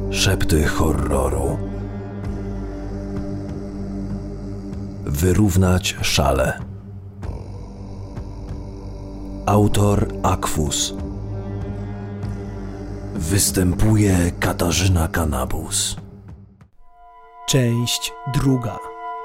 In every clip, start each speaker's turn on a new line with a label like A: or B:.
A: Szepty horroru. Wyrównać szale. Autor Akwus. Występuje Katarzyna Kanabus.
B: Część druga.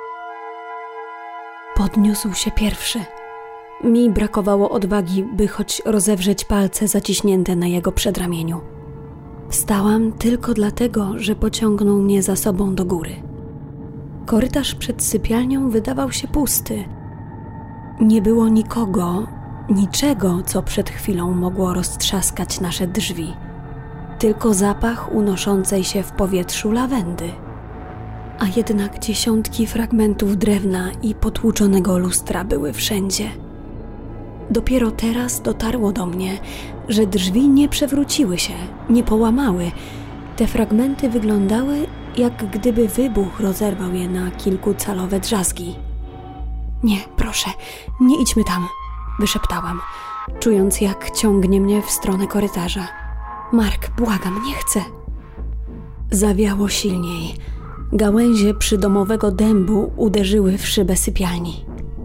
C: Podniósł się pierwszy. Mi brakowało odwagi, by choć rozewrzeć palce zaciśnięte na jego przedramieniu. Wstałam tylko dlatego, że pociągnął mnie za sobą do góry. Korytarz przed sypialnią wydawał się pusty. Nie było nikogo, niczego, co przed chwilą mogło roztrzaskać nasze drzwi. Tylko zapach unoszącej się w powietrzu lawendy. A jednak dziesiątki fragmentów drewna i potłuczonego lustra były wszędzie. Dopiero teraz dotarło do mnie, że drzwi nie przewróciły się, nie połamały. Te fragmenty wyglądały, jak gdyby wybuch rozerwał je na kilkucalowe drzazgi. Nie, proszę, nie idźmy tam, wyszeptałam, czując, jak ciągnie mnie w stronę korytarza. Mark, błagam, nie chcę. Zawiało silniej. Gałęzie przydomowego dębu uderzyły w szybę sypialni.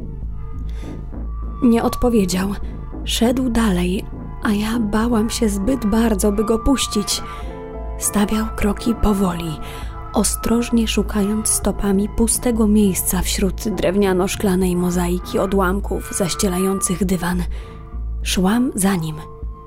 C: Nie odpowiedział. Szedł dalej, a ja bałam się zbyt bardzo, by go puścić. Stawiał kroki powoli, ostrożnie szukając stopami pustego miejsca wśród drewniano-szklanej mozaiki odłamków zaścielających dywan. Szłam za nim.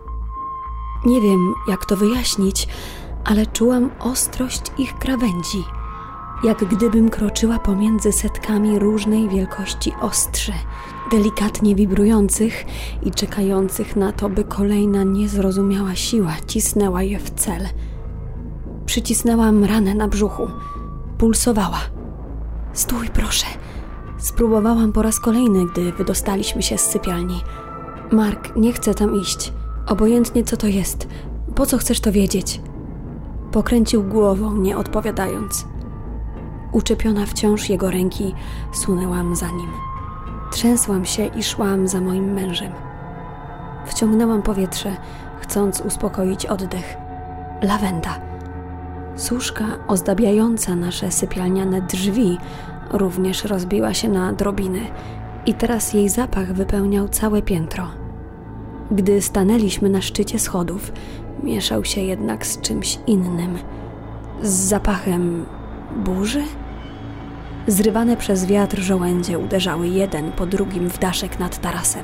C: Nie wiem, jak to wyjaśnić, ale czułam ostrość ich krawędzi, jak gdybym kroczyła pomiędzy setkami różnej wielkości ostrzy, delikatnie wibrujących i czekających na to, by kolejna niezrozumiała siła cisnęła je w cel. Przycisnęłam ranę na brzuchu. Pulsowała. Stój, proszę. Spróbowałam po raz kolejny, gdy wydostaliśmy się z sypialni. Mark, nie chcę tam iść. Obojętnie co to jest. Po co chcesz to wiedzieć? Pokręcił głową, nie odpowiadając. Uczepiona wciąż jego ręki, sunęłam za nim. Trzęsłam się i szłam za moim mężem. Wciągnęłam powietrze, chcąc uspokoić oddech. Lawenda. Suszka ozdabiająca nasze sypialniane drzwi również rozbiła się na drobiny i teraz jej zapach wypełniał całe piętro. Gdy stanęliśmy na szczycie schodów, mieszał się jednak z czymś innym. Z zapachem burzy? Zrywane przez wiatr żołędzie uderzały jeden po drugim w daszek nad tarasem.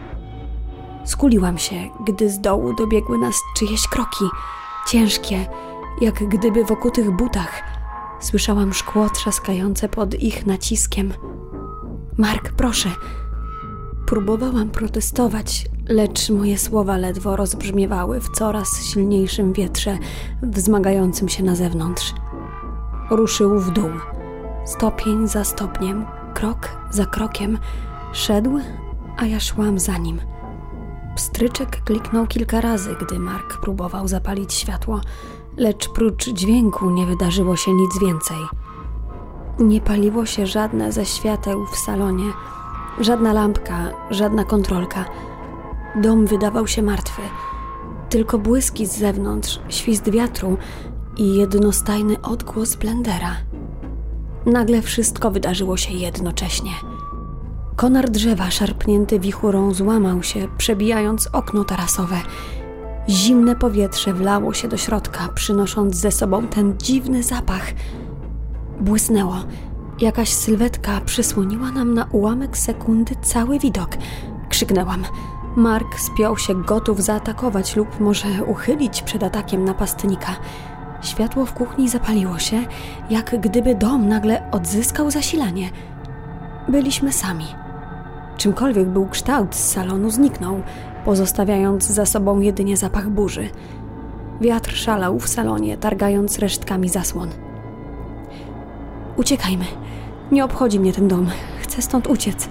C: Skuliłam się, gdy z dołu dobiegły nas czyjeś kroki, ciężkie, jak gdyby w okutych butach. Słyszałam szkło trzaskające pod ich naciskiem. Mark, proszę. Próbowałam protestować, lecz moje słowa ledwo rozbrzmiewały w coraz silniejszym wietrze wzmagającym się na zewnątrz. Ruszył w dół. Stopień za stopniem, krok za krokiem. Szedł, a ja szłam za nim. Pstryczek kliknął kilka razy, gdy Mark próbował zapalić światło, lecz prócz dźwięku nie wydarzyło się nic więcej. Nie paliło się żadne ze świateł w salonie, żadna lampka, żadna kontrolka. Dom wydawał się martwy. Tylko błyski z zewnątrz, świst wiatru i jednostajny odgłos blendera. Nagle wszystko wydarzyło się jednocześnie. Konar drzewa szarpnięty wichurą złamał się, przebijając okno tarasowe. Zimne powietrze wlało się do środka, przynosząc ze sobą ten dziwny zapach. Błysnęło. Jakaś sylwetka przysłoniła nam na ułamek sekundy cały widok. Krzyknęłam. Mark spiął się gotów zaatakować lub może uchylić przed atakiem napastnika. Światło w kuchni zapaliło się, jak gdyby dom nagle odzyskał zasilanie. Byliśmy sami. Czymkolwiek był kształt z salonu, zniknął, pozostawiając za sobą jedynie zapach burzy. Wiatr szalał w salonie, targając resztkami zasłon. Uciekajmy. Nie obchodzi mnie ten dom. Chcę stąd uciec.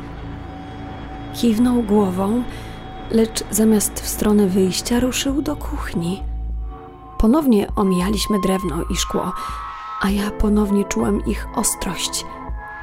C: Kiwnął głową, lecz zamiast w stronę wyjścia ruszył do kuchni. Ponownie omijaliśmy drewno i szkło, a ja ponownie czułam ich ostrość.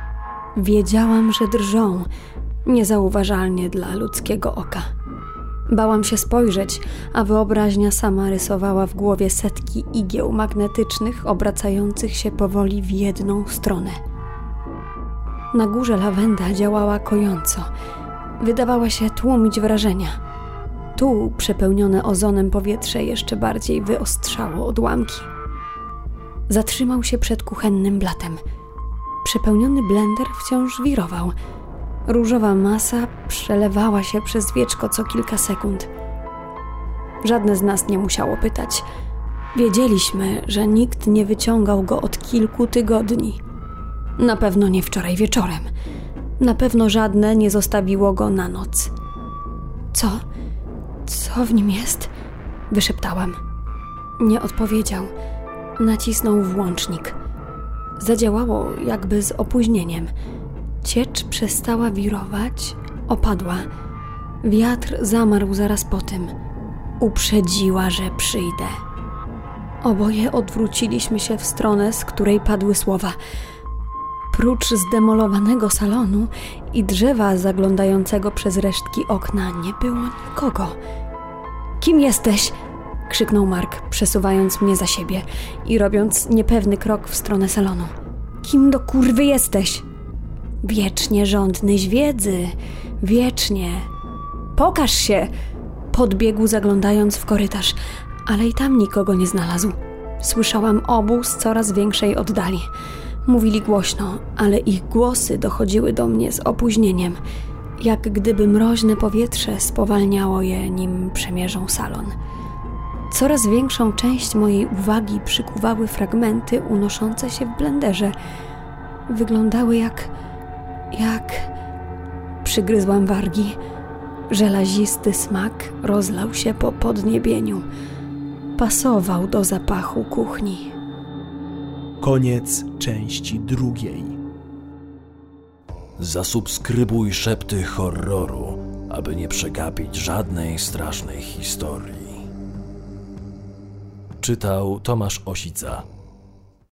C: Wiedziałam, że drżą, niezauważalnie dla ludzkiego oka. Bałam się spojrzeć, a wyobraźnia sama rysowała w głowie setki igieł magnetycznych obracających się powoli w jedną stronę. Na górze lawenda działała kojąco. Wydawała się tłumić wrażenia. Tu przepełnione ozonem powietrze jeszcze bardziej wyostrzało odłamki. Zatrzymał się przed kuchennym blatem. Przepełniony blender wciąż wirował. Różowa masa przelewała się przez wieczko co kilka sekund. Żadne z nas nie musiało pytać. Wiedzieliśmy, że nikt nie wyciągał go od kilku tygodni. Na pewno nie wczoraj wieczorem. Na pewno żadne nie zostawiło go na noc. Co w nim jest? Wyszeptałam. Nie odpowiedział. Nacisnął włącznik. Zadziałało jakby z opóźnieniem. Ciecz przestała wirować, opadła. Wiatr zamarł zaraz po tym. Uprzedziła, że przyjdę. Oboje odwróciliśmy się w stronę, z której padły słowa. Prócz zdemolowanego salonu i drzewa zaglądającego przez resztki okna nie było nikogo. Kim jesteś? Krzyknął Mark, przesuwając mnie za siebie i robiąc niepewny krok w stronę salonu. Kim do kurwy jesteś? Wiecznie żądnyś wiedzy. Wiecznie. Pokaż się! Podbiegł, zaglądając w korytarz, ale i tam nikogo nie znalazł. Słyszałam obu z coraz większej oddali. Mówili głośno, ale ich głosy dochodziły do mnie z opóźnieniem, jak gdyby mroźne powietrze spowalniało je, nim przemierzą salon. Coraz większą część mojej uwagi przykuwały fragmenty unoszące się w blenderze. Wyglądały jak... Przygryzłam wargi. Żelazisty smak rozlał się po podniebieniu. Pasował do zapachu kuchni.
B: Koniec części 2.
A: Zasubskrybuj Szepty Horroru, aby nie przegapić żadnej strasznej historii. Czytał Tomasz Osica.